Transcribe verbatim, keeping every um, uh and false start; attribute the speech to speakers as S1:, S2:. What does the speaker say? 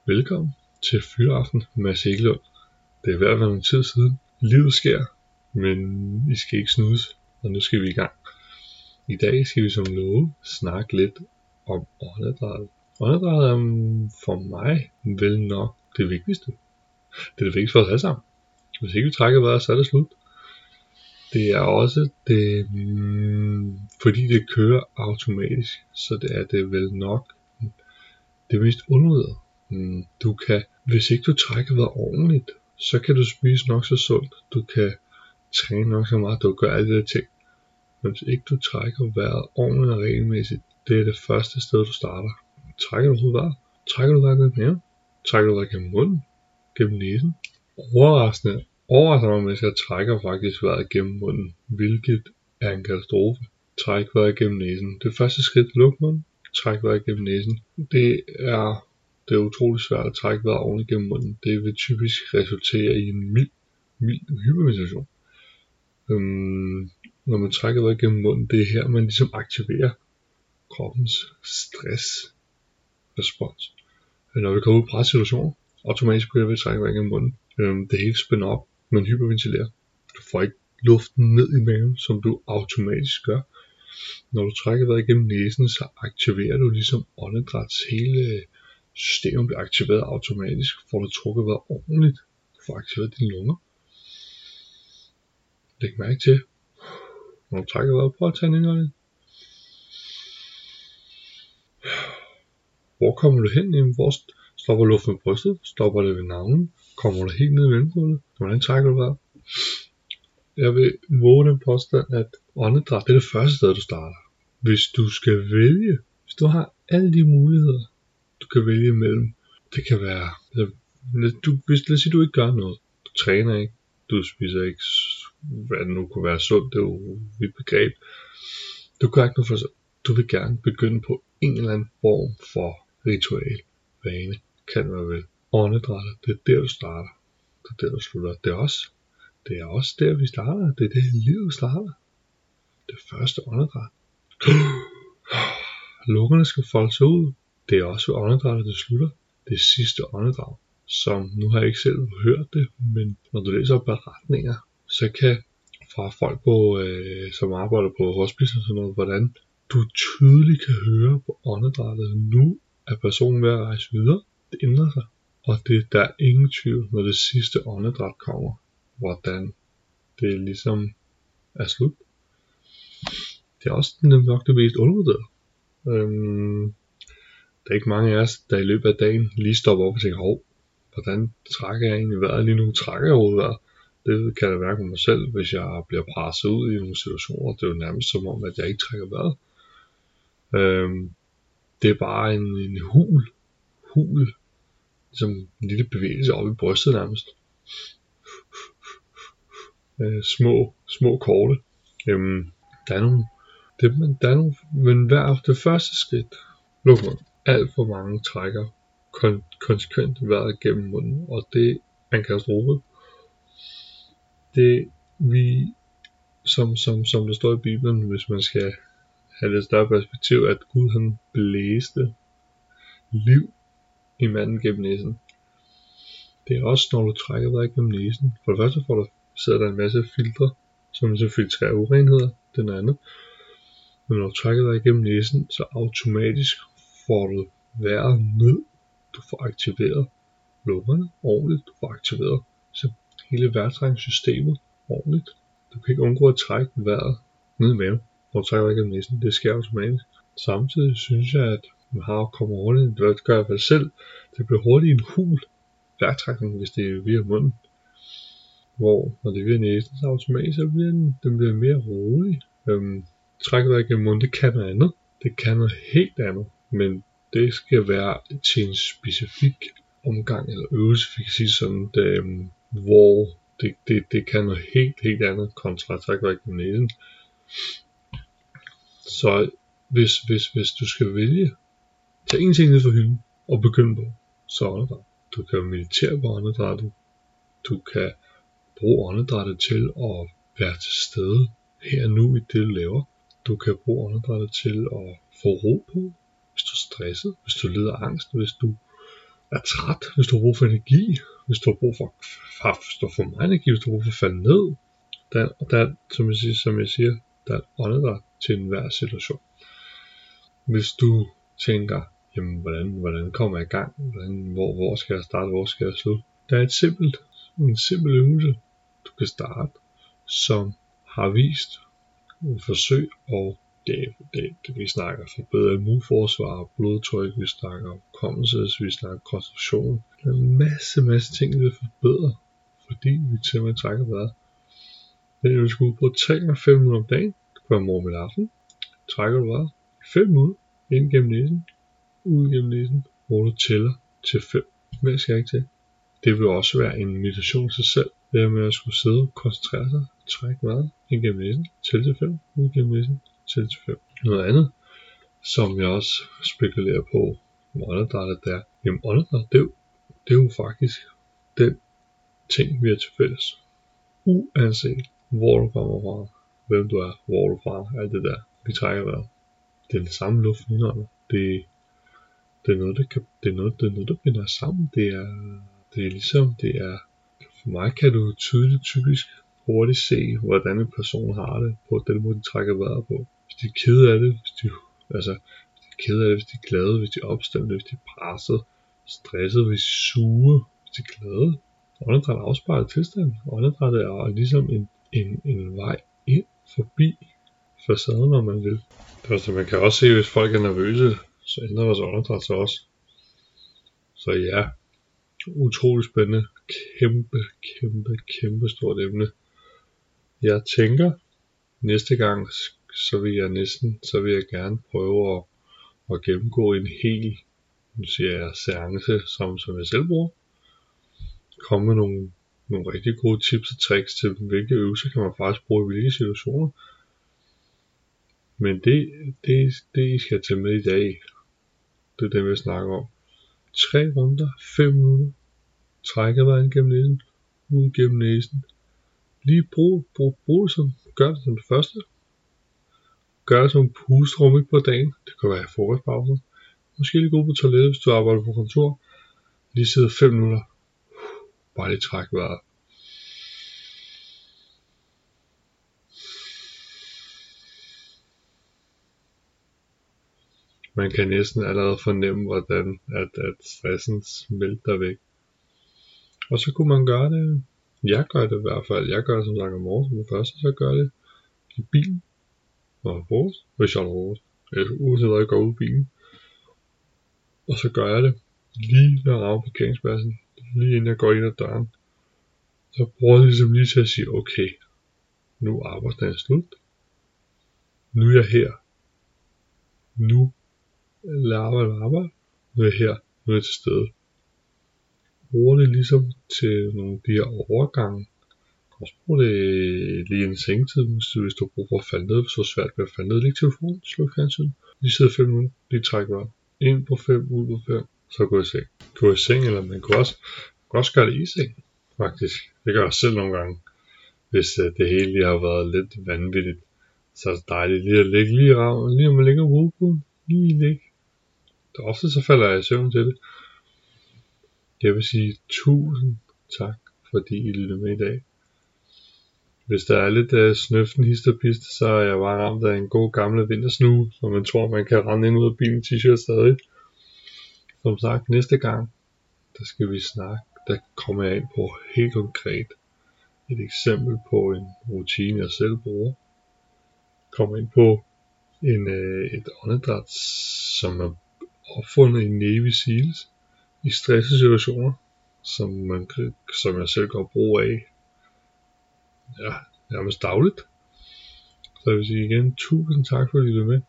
S1: Velkommen til Fyraften med Mads Egelund. Det er ved at være en tid siden. Livet sker, men I skal ikke snudes, og nu skal vi i gang. I dag skal vi som lovet snakke lidt om åndedrættet. Åndedrættet er for mig vel nok det vigtigste. Det er det vigtigste for os alle sammen. Hvis ikke vi trækker vejret, så er det slut. Det er også det, mm, fordi det kører automatisk, så det er det vel nok det mest undervurderede. Du kan, hvis ikke du trækker vejret ordentligt, så kan du spise nok så sundt, du kan træne nok så meget, du kan gøre alle de der ting. Men hvis ikke du trækker vejret ordentligt og regelmæssigt, det er det første sted, du starter. Trækker du overhovedet vejret? Trækker du vejret gennem maven? Trækker du vejret gennem munden? Gennem næsen? Overraskende, overraskende mange mennesker trækker faktisk vejret gennem munden, hvilket er en katastrofe. Træk vejret gennem næsen. Det første skridt, luk munden, træk vejret gennem næsen. Det er Det er utroligt svært at trække vejret ordentligt gennem munden. Det vil typisk resultere i en mild, mild hyperventilation. Øhm, når man trækker vejret gennem munden, det er her, man ligesom aktiverer kroppens stressrespons. Når vi kommer ud i pressituationer, automatisk begynder vi at trække vejret gennem munden. Øhm, det hele spænder op, man hyperventilerer. Du får ikke luften ned i maven, som du automatisk gør. Når du trækker vejret gennem næsen, så aktiverer du ligesom åndedræts hele systemet bliver aktiveret automatisk, får du trukket vejret ordentligt, du får aktiveret dine lunger. Læg mærke til, når du trækker vejret, prøv at tage en indånding. Hvor kommer du hen? Hvor stopper luften ved brystet? Stopper det ved navlen? Kommer du helt ned i mellemgulvet? Hvordan trækker du vejret? Jeg vil våge den påstand, at åndedræt det er det første sted, du starter. Hvis du skal vælge, hvis du har alle de muligheder, du kan vælge imellem. Det kan være, du, hvis lad os sige, du ikke gør noget. Du træner ikke, du spiser ikke, hvad det nu kunne være sundt, det er jo et begreb. Du gør ikke noget for sig. Du vil gerne begynde på en eller anden form for ritual, vane, kan man vel. Åndedrættet, det er der du starter. Det er der du slutter. Det er også, det er også der vi starter. Det er det livet starter. Det første åndedræt. Lungerne skal folde sig ud. Det er også ved åndedrættet, det slutter. Det sidste åndedrag, som nu har jeg ikke selv hørt det, men når du læser beretninger, så kan fra folk, på, øh, som arbejder på hospice og sådan noget, hvordan du tydeligt kan høre på åndedrættet, nu er personen ved at rejse videre. Det ændrer sig, og det, der er ingen tvivl, når det sidste åndedræt kommer, hvordan det ligesom er slut. Det er også nok det mest undervurderede. Øhm, Der er ikke mange af os, der i løbet af dagen lige stopper op og tænker, hov, hvordan trækker jeg egentlig vejret lige nu? Trækker jeg overhovedet vejret? Det kan jeg mærke med mig selv, hvis jeg bliver presset ud i nogle situationer. Det er jo nærmest som om, at jeg ikke trækker vejret. Øhm, det er bare en, en hul, hul, som en lille bevægelse op i brystet nærmest. Øh, små, små korte. Øhm, der er nogle, det, der er nogle, men hver det første skridt, luk munden. Alt for mange trækker kon- konsekvent vejret gennem munden, og det er en katastrofe. Det vi, som, som, som der står i Bibelen, hvis man skal have lidt større perspektiv, at Gud han blæste liv i manden gennem næsen. Det er også når du trækker vejret gennem næsen. For det første får du, sidder der en masse filtre, som så filtrerer urenheder, den andet. Men når du trækker vejret gennem næsen, så automatisk får du vejret ned. Du får aktiveret lungerne ordentligt. Du får aktiveret så hele vejrtrækningssystemet ordentligt. Du kan ikke undgå at trække vejret ned i maven, når du trækker vejret gennem næsen. Det sker automatisk. Samtidig synes jeg, at man har kommet hurtigt, det gør jeg vel selv, det bliver hurtigt en hul vejrtrækning, hvis det er via munden. Hvor når det er via næsen, så automatisk så bliver den, den bliver mere rolig. Øhm, trække vejret gennem munden, det kan noget andet. Det kan noget helt andet. Men det skal være til en specifik omgang eller øvelse, fik jeg sige sådan, det, hvor det, det, det kan noget helt, helt andet kontra at trække vejret gennem næsen. Så hvis, hvis, hvis du skal vælge, tag en ting ned fra hylden og begynde på, så åndedræt. Du kan meditere på åndedrættet. Du kan bruge åndedrættet til at være til stede her nu i det du laver. Du kan bruge åndedrættet til at få ro på, hvis du er stresset, hvis du lider angst, hvis du er træt, hvis du har brug for energi, hvis du har brug for, hvis du har for meget energi, hvis du har brug for at falde ned. Der, der, som, jeg siger, som jeg siger, der er et åndedræt til enhver situation. Hvis du tænker, jamen hvordan, hvordan kommer jeg i gang, hvordan, hvor, hvor skal jeg starte, hvor skal jeg slutte. Der er et simpelt, en simpel øvelse, du kan starte, som har vist et forsøg, og det, det, det vi snakker forbedret immunforsvar, blodtryk, vi snakker hukommelse, vi snakker koncentration. Der er en masse, masse ting, vi forbedrer, fordi vi simpelthen trækker vejret. Den øvelse går ud på tre gange fem minutter om dagen. Det kan være morgen eller aften. Trækker du vejret fem minutter ind gennem næsen, ud gennem næsen, hvor du tæller til fem. Mere skal jeg ikke til. Det vil også være en meditation til sig selv. Det er med at skulle sidde og koncentrere sig, trække vejret ind gennem næsen, tælle til fem, ud gennem næsen, tælle til fem. Noget andet, som jeg også spekulerer på med åndedrættet, det er, jamen åndedræt, det, det er jo faktisk den ting, vi har til fælles. Uanset hvor du kommer fra, hvem du er, hvor du er fra, alt det der, vi trækker vejret. Det er den samme luft, vi indånder. Det, det er noget, der kan, det er noget, det er noget, der binder os sammen. Det er, det er ligesom, det er, for mig kan du tydeligt, typisk hurtigt se, hvordan en person har det, på den måde, de trækker vejret på. Hvis de er kede af det, hvis de, altså, hvis de er kede af det, hvis de er glade, hvis de er opstemte, hvis de er presset, stresset, hvis de er sure, hvis de er glade. Åndedræt afspejler tilstanden. Åndedrættet er ligesom en, en, en vej ind forbi facaden, når man vil. Altså, man kan også se, hvis folk er nervøse, så ændrer vores åndedræt sig også. Så ja, utrolig spændende, kæmpe, kæmpe, kæmpe stort emne. Jeg tænker, næste gang, så vil jeg næsten, så vil jeg gerne prøve at, at gennemgå en hel, nu siger jeg, seance, som, som jeg selv bruger. Komme med nogle, nogle rigtig gode tips og tricks til, hvilke øvelser kan man faktisk bruge i hvilke situationer. Men det, det, det I skal tage med i dag, det er det, vi snakker om. Tre runder, fem minutter, trækker vejen gennem næsen, ud gennem næsen. Lige brug, brug, brug det som, gør det som det første. Gør det som pusterum ikke på dagen. Det kan være i frokostpausen. Måske lige gå på toilettet, hvis du arbejder på kontor. Lige sidde fem minutter. Bare lige træk vejret. Man kan næsten allerede fornemme, hvordan at, at stressen smelter væk. Og så kunne man gøre det, jeg gør det i hvert fald, jeg gør det som sagt om morgen som det første, så gør det i bilen, når jeg bruger hvis jeg har brugt, uanset hvad jeg går ud i bilen. Og så gør jeg det lige når jeg rammer parkeringspladsen, lige inden jeg går ind ad døren. Så bruger jeg ligesom lige til at sige, okay, nu er arbejdsdagen slut, nu er jeg her, nu lad arbejde arbejde, nu er jeg her, nu er jeg til stede. Bruger det ligesom til nogle af de her overgange. Du kan også bruge det lige i en sengetid, hvis du har brug for at falde ned, hvis du er svært ved at falde ned. Læg telefonen, sluk fjernsynet, lige sidde fem minutter, lige træk vejret. Ind på fem, ud på fem, så gå i seng. Gå i seng, eller man kan også, man kan også gøre det i seng, faktisk. Det gør jeg selv nogle gange, hvis det hele lige har været lidt vanvittigt. Så er det dejligt lige at ligge lige i ravnen, lige om man ligger på hovedpuden, lige ligge. Ofte så falder jeg i søvn til det. Jeg vil sige tusind tak, fordi I lyttede med i dag. Hvis der er lidt uh, snøften, hist og piste, så er jeg bare ramt af en god gamle vintersnue, så man tror, man kan rende ind ud af bilen t-shirt stadig. Som sagt, næste gang, der skal vi snakke, der kommer jeg ind på helt konkret et eksempel på en rutine, jeg selv bruger. Kommer ind på en, uh, et åndedræt, som er opfundet i Navy Seals i stressede situationer, som, man, som jeg selv går brug af, ja, nærmest dagligt. Så jeg vil sige igen, tusind tak for at I lyttede med.